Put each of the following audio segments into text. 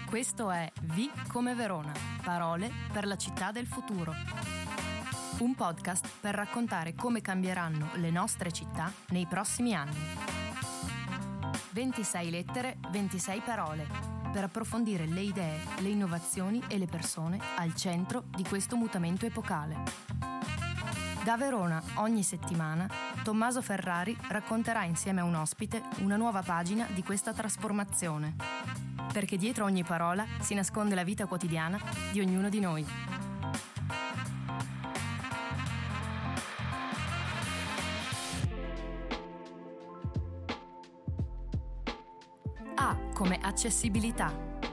Questo è V come Verona, parole per la città del futuro. Un podcast per raccontare come cambieranno le nostre città nei prossimi anni. 26 lettere, 26 parole, per approfondire le idee, le innovazioni e le persone al centro di questo mutamento epocale. Da Verona, ogni settimana, Tommaso Ferrari racconterà insieme a un ospite una nuova pagina di questa trasformazione. Perché dietro ogni parola si nasconde la vita quotidiana di ognuno di noi. A come accessibilità.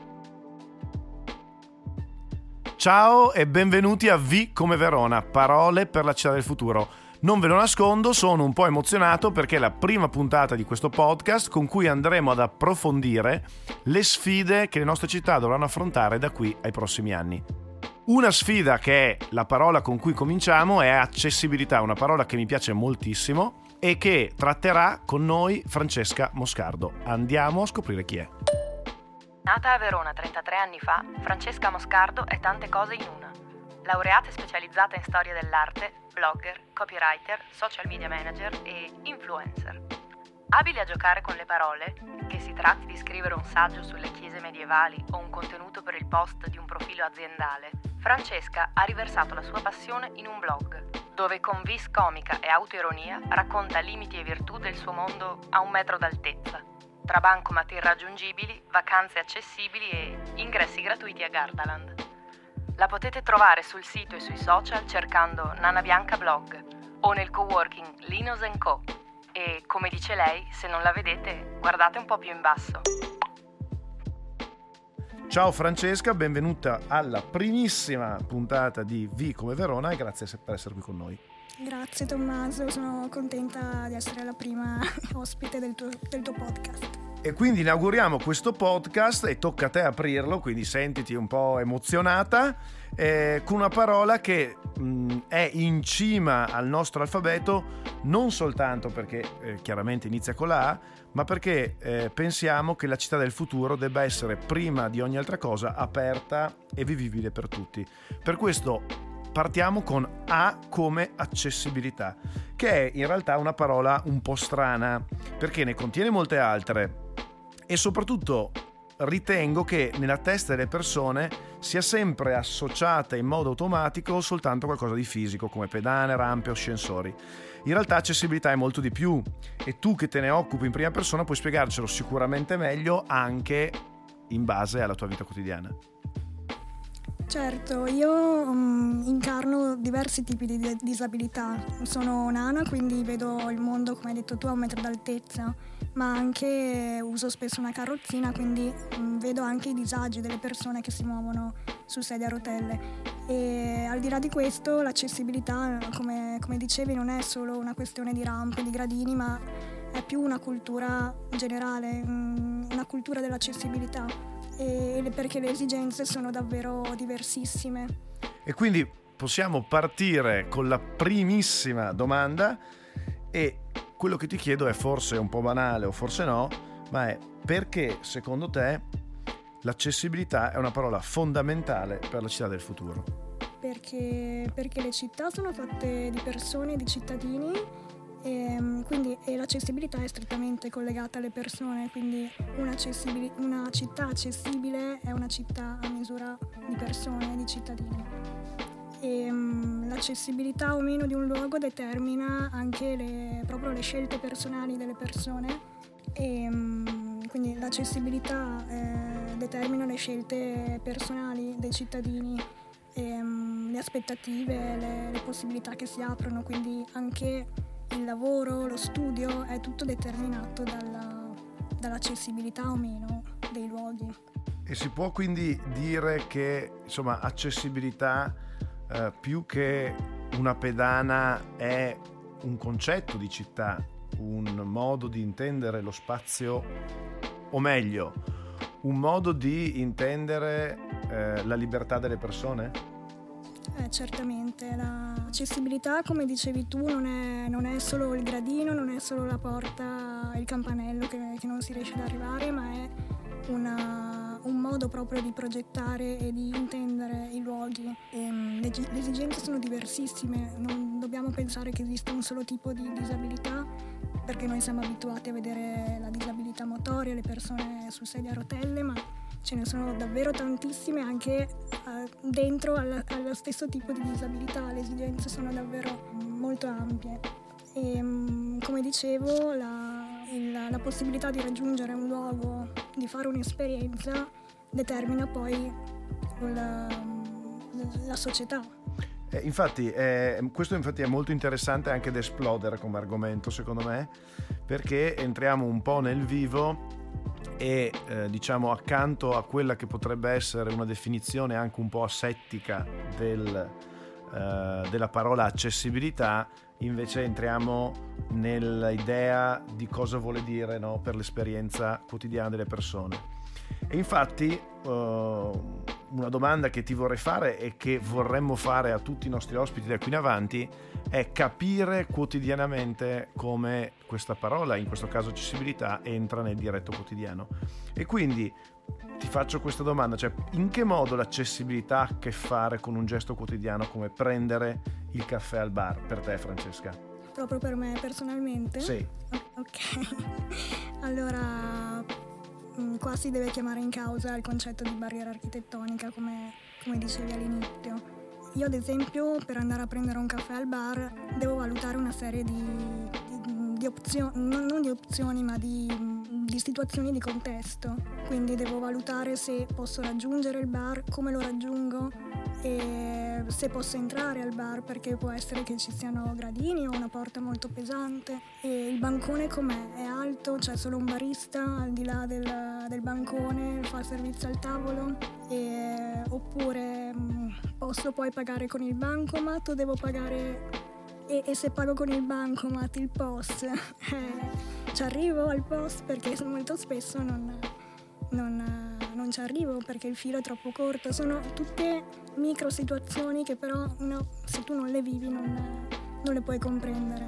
Ciao e benvenuti a V come Verona, parole per la città del futuro. Non ve lo nascondo, sono un po' emozionato perché è la prima puntata di questo podcast con cui andremo ad approfondire le sfide che le nostre città dovranno affrontare da qui ai prossimi anni. Una sfida che è la parola con cui cominciamo è accessibilità, una parola che mi piace moltissimo e che tratterà con noi Francesca Moscardo. Andiamo a scoprire chi è. Nata a Verona 33 anni fa, Francesca Moscardo è tante cose in una. Laureata e specializzata in storia dell'arte, blogger, copywriter, social media manager e influencer. Abile a giocare con le parole, che si tratti di scrivere un saggio sulle chiese medievali o un contenuto per il post di un profilo aziendale, Francesca ha riversato la sua passione in un blog, dove con vis comica e autoironia racconta limiti e virtù del suo mondo a 1 metro d'altezza, tra bancomat irraggiungibili, vacanze accessibili e ingressi gratuiti a Gardaland. La potete trovare sul sito e sui social cercando Nana Bianca Blog o nel coworking Linos & Co. E, come dice lei, se non la vedete, guardate un po' più in basso. Ciao Francesca, benvenuta alla primissima puntata di V come Verona e grazie per essere qui con noi. Grazie Tommaso, sono contenta di essere la prima ospite del tuo podcast. E quindi inauguriamo questo podcast e tocca a te aprirlo, quindi sentiti un po' emozionata, con una parola che è in cima al nostro alfabeto non soltanto perché chiaramente inizia con la A, ma perché pensiamo che la città del futuro debba essere prima di ogni altra cosa aperta e vivibile per tutti. Per questo partiamo con A come accessibilità, che è in realtà una parola un po' strana perché ne contiene molte altre e soprattutto ritengo che nella testa delle persone sia sempre associata in modo automatico soltanto qualcosa di fisico come pedane, rampe o ascensori. In realtà accessibilità è molto di più e tu che te ne occupi in prima persona puoi spiegarcelo sicuramente meglio anche in base alla tua vita quotidiana. Certo, io incarno diversi tipi di disabilità. Sono nana, quindi vedo il mondo, come hai detto tu, a 1 metro d'altezza, ma anche uso spesso una carrozzina, quindi vedo anche i disagi delle persone che si muovono su sedie a rotelle. E al di là di questo, l'accessibilità, come dicevi, non è solo una questione di rampe, di gradini, ma è più una cultura generale, una cultura dell'accessibilità. Perché le esigenze sono davvero diversissime. E quindi possiamo partire con la primissima domanda e quello che ti chiedo è forse un po' banale o forse no, ma è perché secondo te l'accessibilità è una parola fondamentale per la città del futuro? Perché le città sono fatte di persone, di cittadini. E l'accessibilità è strettamente collegata alle persone, quindi una città accessibile è una città a misura di persone, di cittadini. L'accessibilità o meno di un luogo determina anche proprio le scelte personali delle persone quindi l'accessibilità determina le scelte personali dei cittadini, le aspettative, le possibilità che si aprono, quindi anche il lavoro, lo studio, è tutto determinato dall'accessibilità o meno dei luoghi. E si può quindi dire che insomma accessibilità più che una pedana è un concetto di città, un modo di intendere lo spazio, o meglio, un modo di intendere la libertà delle persone? Certamente, l'accessibilità, come dicevi tu, non è solo il gradino, non è solo la porta, il campanello che non si riesce ad arrivare, ma è una un modo proprio di progettare e di intendere i luoghi. Le esigenze sono diversissime, non dobbiamo pensare che esista un solo tipo di disabilità, perché noi siamo abituati a vedere la disabilità motoria, le persone su sedia a rotelle, ma ce ne sono davvero tantissime anche dentro allo stesso tipo di disabilità. Le esigenze sono davvero molto ampie e come dicevo la possibilità di raggiungere un luogo, di fare un'esperienza determina poi la società. Infatti, questo infatti è molto interessante anche da esplodere come argomento, secondo me, perché entriamo un po' nel vivo e diciamo accanto a quella che potrebbe essere una definizione anche un po' asettica della parola accessibilità, invece entriamo nell'idea di cosa vuole dire, no, per l'esperienza quotidiana delle persone. E infatti una domanda che ti vorrei fare e che vorremmo fare a tutti i nostri ospiti da qui in avanti è capire quotidianamente come questa parola, in questo caso accessibilità, entra nel diretto quotidiano. E quindi ti faccio questa domanda, cioè in che modo l'accessibilità ha a che fare con un gesto quotidiano come prendere il caffè al bar, per te Francesca? Proprio per me personalmente? Sì. Ok, allora qua si deve chiamare in causa il concetto di barriera architettonica, come dicevi all'inizio. Io ad esempio per andare a prendere un caffè al bar devo valutare una serie di opzioni, non di opzioni ma di situazioni di contesto, quindi devo valutare se posso raggiungere il bar, come lo raggiungo e se posso entrare al bar, perché può essere che ci siano gradini o una porta molto pesante, e il bancone com'è, è alto, c'è solo un barista al di là del bancone, fa servizio al tavolo, oppure posso poi pagare con il bancomat o devo pagare, e se pago con il bancomat il POS ci arrivo al POS, perché molto spesso non ci arrivo perché il filo è troppo corto. Sono tutte micro situazioni che però se tu non le vivi non le puoi comprendere.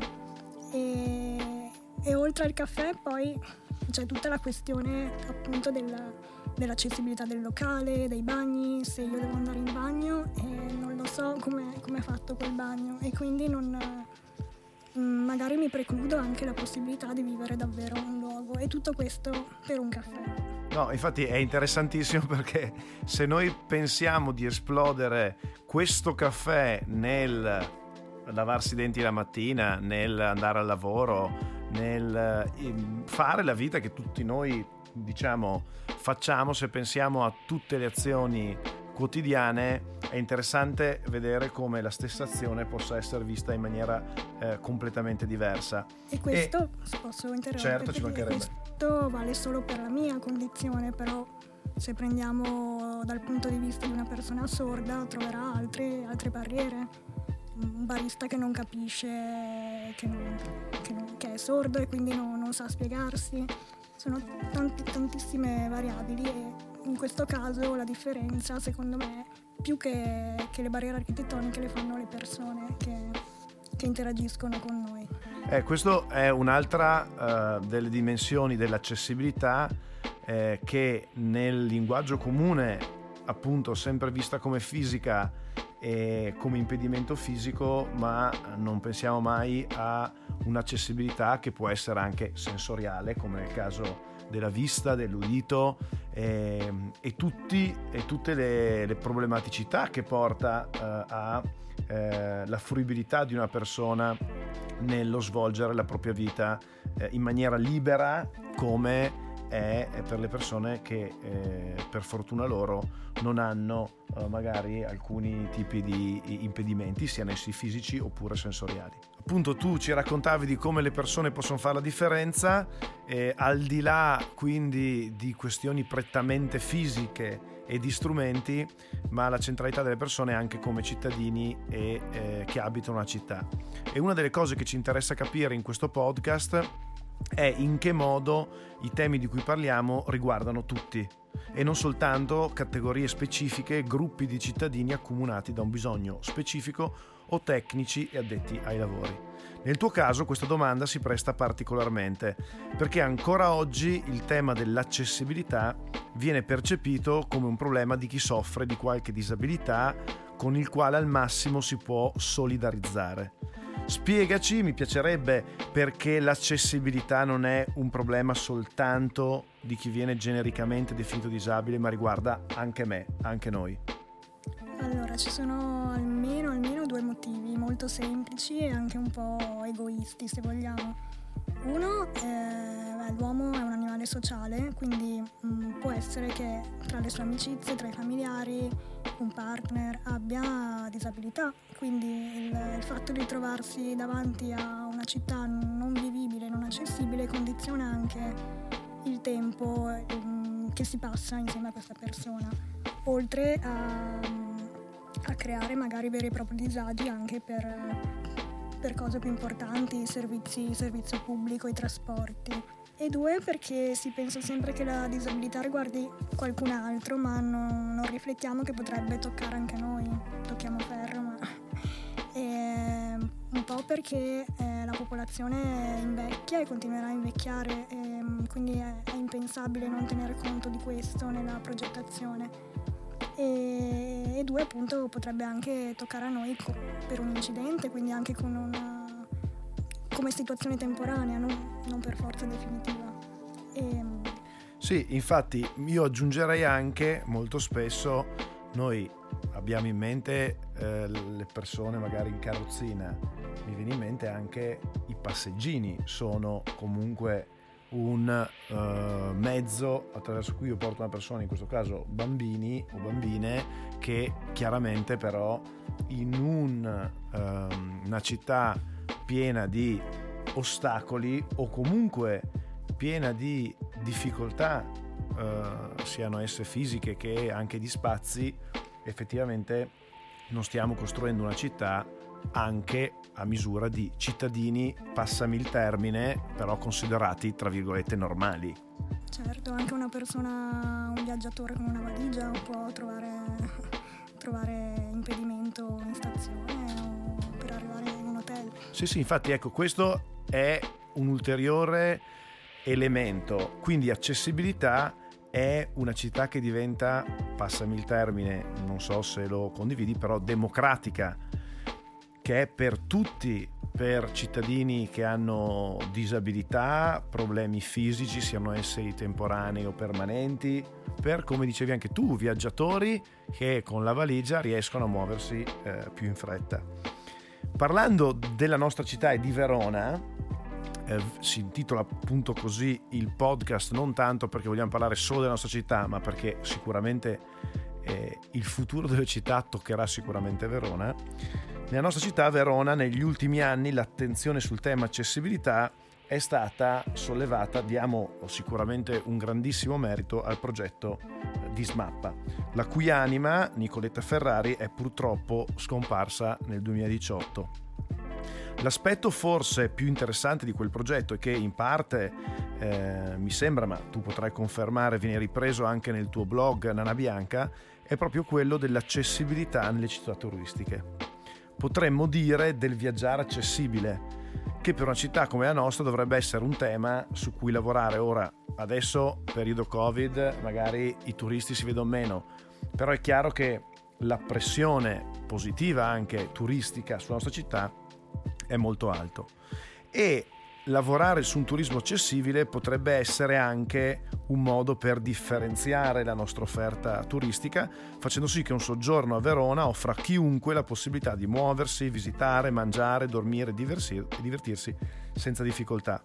E oltre al caffè poi c'è tutta la questione appunto dell'accessibilità del locale, dei bagni, se io devo andare in bagno e non lo so come è fatto quel bagno, e quindi magari mi precludo anche la possibilità di vivere davvero un luogo, e tutto questo per un caffè. No, infatti è interessantissimo, perché se noi pensiamo di esplodere questo caffè nel lavarsi i denti la mattina, nel andare al lavoro, nel fare la vita che tutti noi diciamo facciamo, se pensiamo a tutte le azioni quotidiane, è interessante vedere come la stessa azione possa essere vista in maniera completamente diversa. E questo, posso interrompere? Certo, ci mancherebbe. Questo vale solo per la mia condizione, però se prendiamo dal punto di vista di una persona sorda troverà altre barriere. Un barista che non capisce che è sordo e quindi non sa spiegarsi. Sono tantissime variabili, e in questo caso la differenza, secondo me, più che le barriere architettoniche, le fanno le persone che interagiscono con noi. Questo è un'altra delle dimensioni dell'accessibilità che nel linguaggio comune, appunto, sempre vista come fisica e come impedimento fisico, ma non pensiamo mai a un'accessibilità che può essere anche sensoriale, come nel caso della vista, dell'udito, e tutte le problematicità che porta alla fruibilità di una persona nello svolgere la propria vita in maniera libera, come è per le persone che per fortuna loro non hanno magari alcuni tipi di impedimenti, siano essi fisici oppure sensoriali. Appunto, tu ci raccontavi di come le persone possono fare la differenza, al di là quindi di questioni prettamente fisiche e di strumenti, ma la centralità delle persone anche come cittadini che abitano una città. E una delle cose che ci interessa capire in questo podcast è in che modo i temi di cui parliamo riguardano tutti e non soltanto categorie specifiche, gruppi di cittadini accomunati da un bisogno specifico o tecnici e addetti ai lavori? Nel tuo caso questa domanda si presta particolarmente perché ancora oggi il tema dell'accessibilità viene percepito come un problema di chi soffre di qualche disabilità con il quale al massimo si può solidarizzare. Spiegaci, mi piacerebbe, perché l'accessibilità non è un problema soltanto di chi viene genericamente definito disabile, ma riguarda anche me, anche noi. Allora, ci sono almeno 2 motivi molto semplici e anche un po' egoisti, se vogliamo. Uno, l'uomo è un animale sociale, quindi può essere che tra le sue amicizie, tra i familiari, un partner abbia disabilità, quindi il fatto di trovarsi davanti a una città non vivibile, non accessibile, condiziona anche il tempo che si passa insieme a questa persona, oltre a creare magari veri e propri disagi anche per cose più importanti, il servizio pubblico, i trasporti. E 2, perché si pensa sempre che la disabilità riguardi qualcun altro, ma non riflettiamo che potrebbe toccare anche noi. Tocchiamo ferro, ma un po' perché la popolazione invecchia e continuerà a invecchiare, quindi è impensabile non tenere conto di questo nella progettazione. E 2, appunto, potrebbe anche toccare a noi per un incidente, quindi anche come situazione temporanea, non per forza definitiva. Sì, infatti io aggiungerei anche, molto spesso noi abbiamo in mente le persone magari in carrozzina, mi viene in mente anche i passeggini, sono comunque un mezzo attraverso cui io porto una persona, in questo caso bambini o bambine, che chiaramente però in una città piena di ostacoli o comunque piena di difficoltà, siano esse fisiche che anche di spazi, effettivamente non stiamo costruendo una città anche a misura di cittadini, passami il termine, però considerati tra virgolette normali. Certo, anche una persona, un viaggiatore con una valigia può trovare impedimento in stazione o per arrivare in un hotel. Sì, infatti ecco, questo è un ulteriore elemento, quindi accessibilità è una città che diventa, passami il termine, non so se lo condividi, però democratica, che è per tutti, per cittadini che hanno disabilità, problemi fisici, siano essi temporanei o permanenti, per, come dicevi anche tu, viaggiatori che con la valigia riescono a muoversi più in fretta. Parlando della nostra città e di Verona, si intitola appunto così il podcast, non tanto perché vogliamo parlare solo della nostra città, ma perché sicuramente il futuro delle città toccherà sicuramente Verona. Nella nostra città, Verona, negli ultimi anni l'attenzione sul tema accessibilità è stata sollevata. Diamo sicuramente un grandissimo merito al progetto di SMAPPA, la cui anima, Nicoletta Ferrari, è purtroppo scomparsa nel 2018. L'aspetto forse più interessante di quel progetto è che in parte mi sembra, ma tu potrai confermare, viene ripreso anche nel tuo blog Nana Bianca, è proprio quello dell'accessibilità nelle città turistiche. Potremmo dire del viaggiare accessibile, che per una città come la nostra dovrebbe essere un tema su cui lavorare. Ora, adesso, periodo Covid, magari i turisti si vedono meno, però è chiaro che la pressione positiva anche turistica sulla nostra città è molto alto, e lavorare su un turismo accessibile potrebbe essere anche un modo per differenziare la nostra offerta turistica, facendo sì che un soggiorno a Verona offra a chiunque la possibilità di muoversi, visitare, mangiare, dormire e divertirsi senza difficoltà.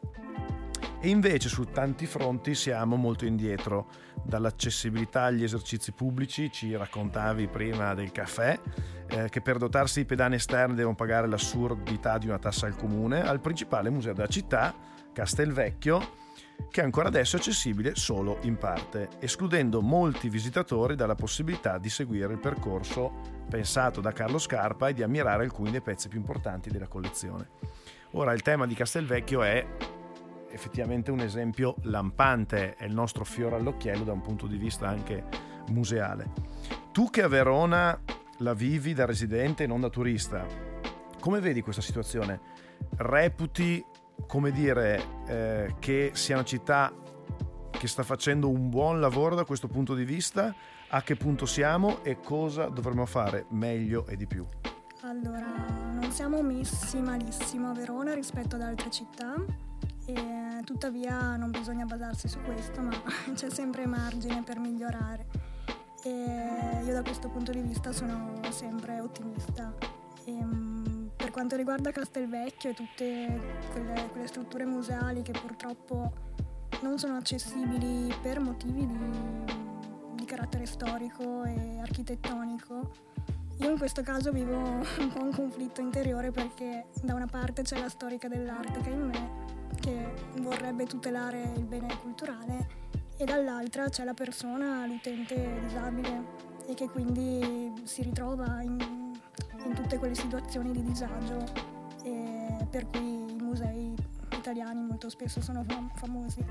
E invece su tanti fronti siamo molto indietro, dall'accessibilità agli esercizi pubblici, ci raccontavi prima del caffè, che per dotarsi di pedane esterne devono pagare l'assurdità di una tassa al comune, al principale museo della città, Castelvecchio, che ancora adesso è accessibile solo in parte, escludendo molti visitatori dalla possibilità di seguire il percorso pensato da Carlo Scarpa e di ammirare alcuni dei pezzi più importanti della collezione. Ora, il tema di Castelvecchio è effettivamente un esempio lampante, è il nostro fiore all'occhiello da un punto di vista anche museale. Tu che a Verona la vivi da residente e non da turista, Come vedi questa situazione? Reputi, come dire, che sia una città che sta facendo un buon lavoro da questo punto di vista? A che punto siamo e cosa dovremmo fare meglio e di più? Allora, non siamo messi malissimo a Verona rispetto ad altre città, e tuttavia non bisogna basarsi su questo, ma c'è sempre margine per migliorare. E io da questo punto di vista sono sempre ottimista. Per quanto riguarda Castelvecchio e tutte quelle strutture museali che purtroppo non sono accessibili per motivi di carattere storico e architettonico, io in questo caso vivo un po' un conflitto interiore, perché da una parte c'è la storica dell'arte che è in me, che vorrebbe tutelare il bene culturale, e dall'altra c'è la persona, l'utente disabile, e che quindi si ritrova in tutte quelle situazioni di disagio, e per cui i musei italiani molto spesso sono famosi.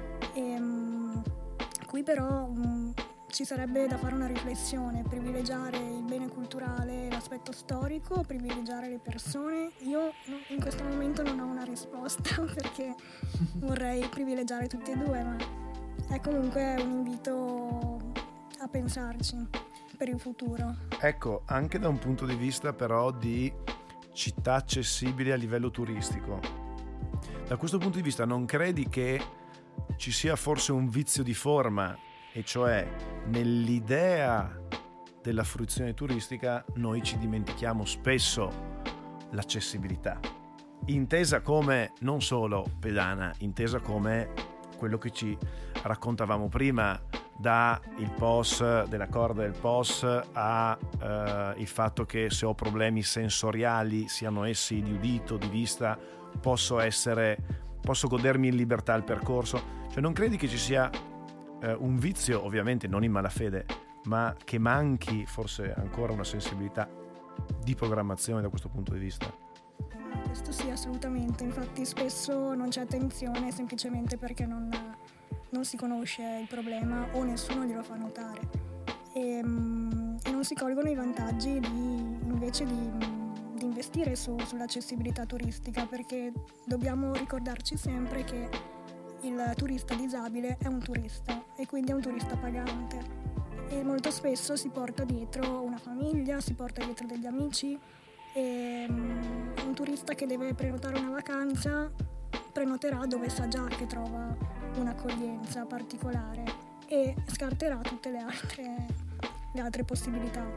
Qui però ci sarebbe da fare una riflessione: privilegiare il bene culturale e l'aspetto storico, privilegiare le persone. Io in questo momento non ho una risposta perché vorrei privilegiare tutti e due, ma è comunque un invito a pensarci per il futuro. Ecco, anche da un punto di vista però di città accessibili a livello turistico, da questo punto di vista non credi che ci sia forse un vizio di forma, e cioè nell'idea della fruizione turistica noi ci dimentichiamo spesso l'accessibilità, intesa come non solo pedana, intesa come quello che ci raccontavamo prima, da il POS, della corda del POS, a il fatto che se ho problemi sensoriali, siano essi di udito, di vista, posso godermi in libertà il percorso. Cioè, non credi che ci sia un vizio, ovviamente non in malafede, ma che manchi forse ancora una sensibilità di programmazione da questo punto di vista? Questo sì, assolutamente. Infatti spesso non c'è attenzione semplicemente perché non si conosce il problema o nessuno glielo fa notare, e non si colgono i vantaggi invece di investire sull'accessibilità turistica, perché dobbiamo ricordarci sempre che il turista disabile è un turista e quindi è un turista pagante, e molto spesso si porta dietro una famiglia, si porta dietro degli amici, e un turista che deve prenotare una vacanza prenoterà dove sa già che trova un'accoglienza particolare e scarterà tutte le altre possibilità.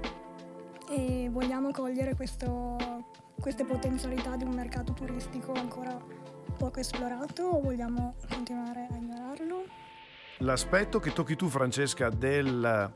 E vogliamo cogliere queste potenzialità di un mercato turistico ancora poco esplorato, o vogliamo continuare a ignorarlo? L'aspetto che tocchi tu, Francesca, del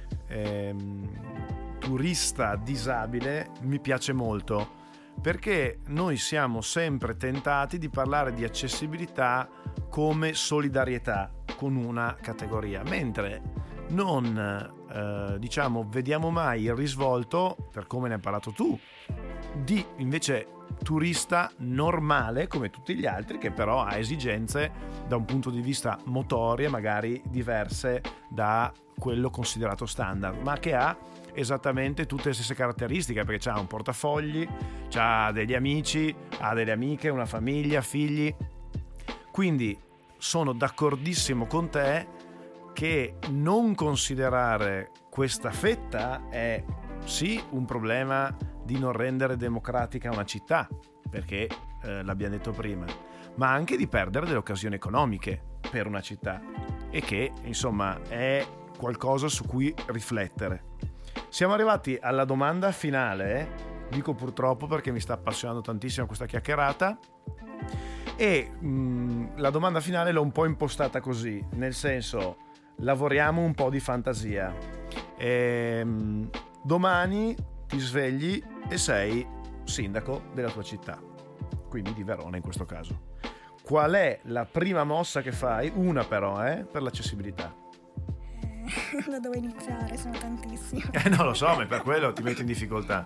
turista disabile mi piace molto, perché noi siamo sempre tentati di parlare di accessibilità come solidarietà con una categoria, mentre non vediamo mai il risvolto, per come ne hai parlato tu, di invece turista normale come tutti gli altri, che però ha esigenze da un punto di vista motorie magari diverse da quello considerato standard, ma che ha esattamente tutte le stesse caratteristiche, perché ha un portafogli, ha degli amici, ha delle amiche, una famiglia, figli. Quindi sono d'accordissimo con te che non considerare questa fetta è sì un problema di non rendere democratica una città, perché l'abbiamo detto prima, ma anche di perdere delle occasioni economiche per una città, e che insomma è qualcosa su cui riflettere. Siamo arrivati alla domanda finale, dico purtroppo perché mi sta appassionando tantissimo questa chiacchierata, e la domanda finale l'ho un po' impostata così, nel senso: lavoriamo un po' di fantasia. Domani ti svegli e sei sindaco della tua città, quindi di Verona in questo caso. Qual è la prima mossa che fai? Una però, per l'accessibilità. Da dove iniziare? Sono tantissimi. No, lo so, ma per quello ti metti in difficoltà.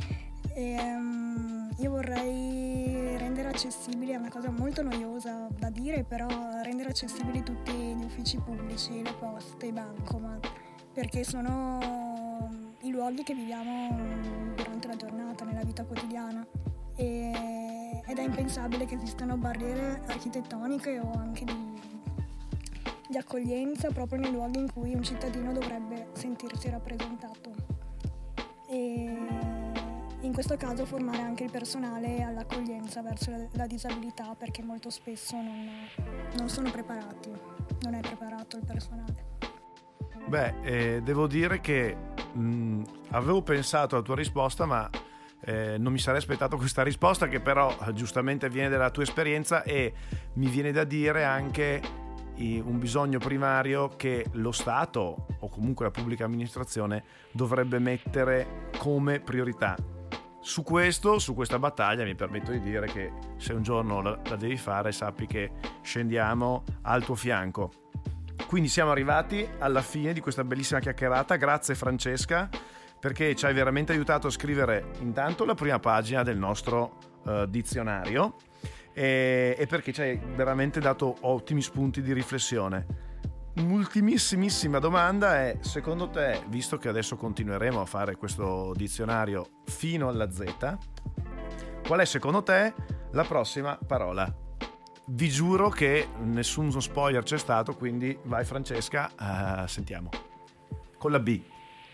Io vorrei rendere accessibili, è una cosa molto noiosa da dire, però rendere accessibili tutti gli uffici pubblici, le poste, i bancomat, perché sono i luoghi che viviamo durante la giornata, nella vita quotidiana, ed è impensabile che esistano barriere architettoniche o anche di accoglienza proprio nei luoghi in cui un cittadino dovrebbe sentirsi rappresentato. E in questo caso formare anche il personale all'accoglienza verso la disabilità, perché molto spesso non sono preparati, non è preparato il personale. Devo dire che avevo pensato alla tua risposta, ma non mi sarei aspettato questa risposta, che però giustamente viene dalla tua esperienza, e mi viene da dire anche un bisogno primario che lo Stato o comunque la pubblica amministrazione dovrebbe mettere come priorità. Su questa battaglia mi permetto di dire che se un giorno la devi fare, sappi che scendiamo al tuo fianco. Quindi siamo arrivati alla fine di questa bellissima chiacchierata. Grazie Francesca, perché ci hai veramente aiutato a scrivere intanto la prima pagina del nostro dizionario e perché ci hai veramente dato ottimi spunti di riflessione. Ultimissimissima domanda è: secondo te, visto che adesso continueremo a fare questo dizionario fino alla Z, qual è secondo te la prossima parola? Vi giuro che nessuno spoiler c'è stato, quindi vai Francesca, sentiamo. Con la B.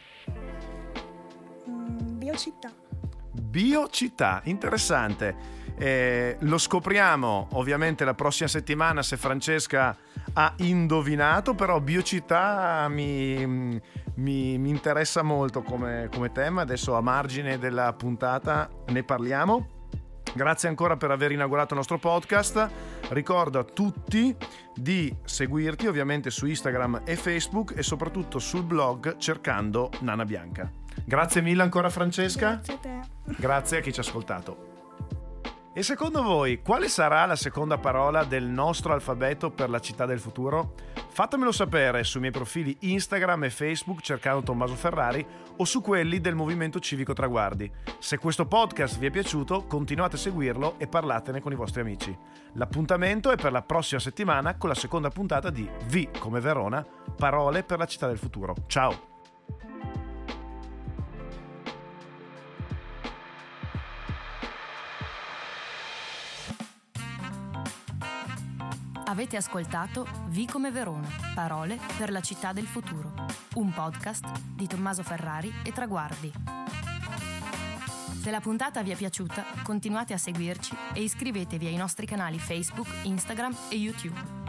Biocittà. Biocittà, interessante. Lo scopriamo ovviamente la prossima settimana se Francesca ha indovinato, però biocittà mi interessa molto come tema. Adesso a margine della puntata ne parliamo. Grazie ancora per aver inaugurato il nostro podcast. Ricordo a tutti di seguirti ovviamente su Instagram e Facebook e soprattutto sul blog cercando Nana Bianca. Grazie mille ancora Francesca. Grazie a te. Grazie a chi ci ha ascoltato. E secondo voi quale sarà la seconda parola del nostro alfabeto per la città del futuro? Fatemelo sapere sui miei profili Instagram e Facebook cercando Tommaso Ferrari o su quelli del Movimento Civico Traguardi. Se questo podcast vi è piaciuto, continuate a seguirlo e parlatene con i vostri amici. L'appuntamento è per la prossima settimana con la seconda puntata di V come Verona, parole per la città del futuro. Ciao! Avete ascoltato V come Verona, parole per la città del futuro, un podcast di Tommaso Ferrari e Traguardi. Se la puntata vi è piaciuta, continuate a seguirci e iscrivetevi ai nostri canali Facebook, Instagram e YouTube.